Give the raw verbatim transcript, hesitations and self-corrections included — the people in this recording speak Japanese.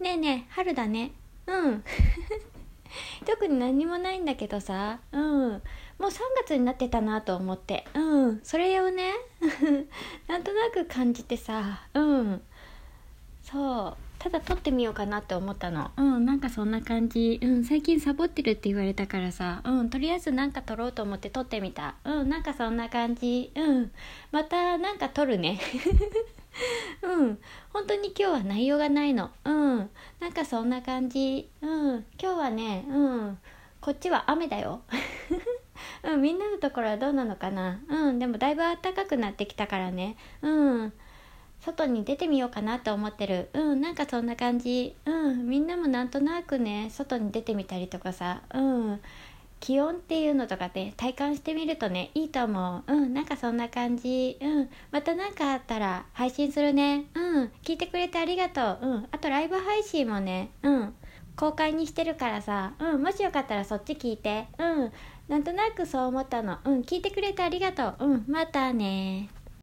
ねえねえ、春だね。うん特に何にもないんだけどさ、うんもうさんがつになってたなと思って、うんそれをねなんとなく感じてさ、うんそうただ撮ってみようかなって思ったの。うんなんかそんな感じ。うん最近サボってるって言われたからさ、うんとりあえずなんか撮ろうと思って撮ってみた。うんなんかそんな感じ。うんまたなんか撮るねうん本当に今日は内容がないの。うんなんかそんな感じ。うん今日はね、うんこっちは雨だようんみんなのところはどうなのかな。うんでもだいぶ暖かくなってきたからね、うん外に出てみようかなと思ってる。うんなんかそんな感じ。うんみんなもなんとなくね外に出てみたりとかさ、うん気温っていうのとかね体感してみるとねいいと思う。うんなんかそんな感じ。うんまた何かあったら配信するね。うん聞いてくれてありがとう。うんあとライブ配信もね、うん公開にしてるからさ、うんもしよかったらそっち聞いて。うんなんとなくそう思ったの。うん聞いてくれてありがとう。うんまたね。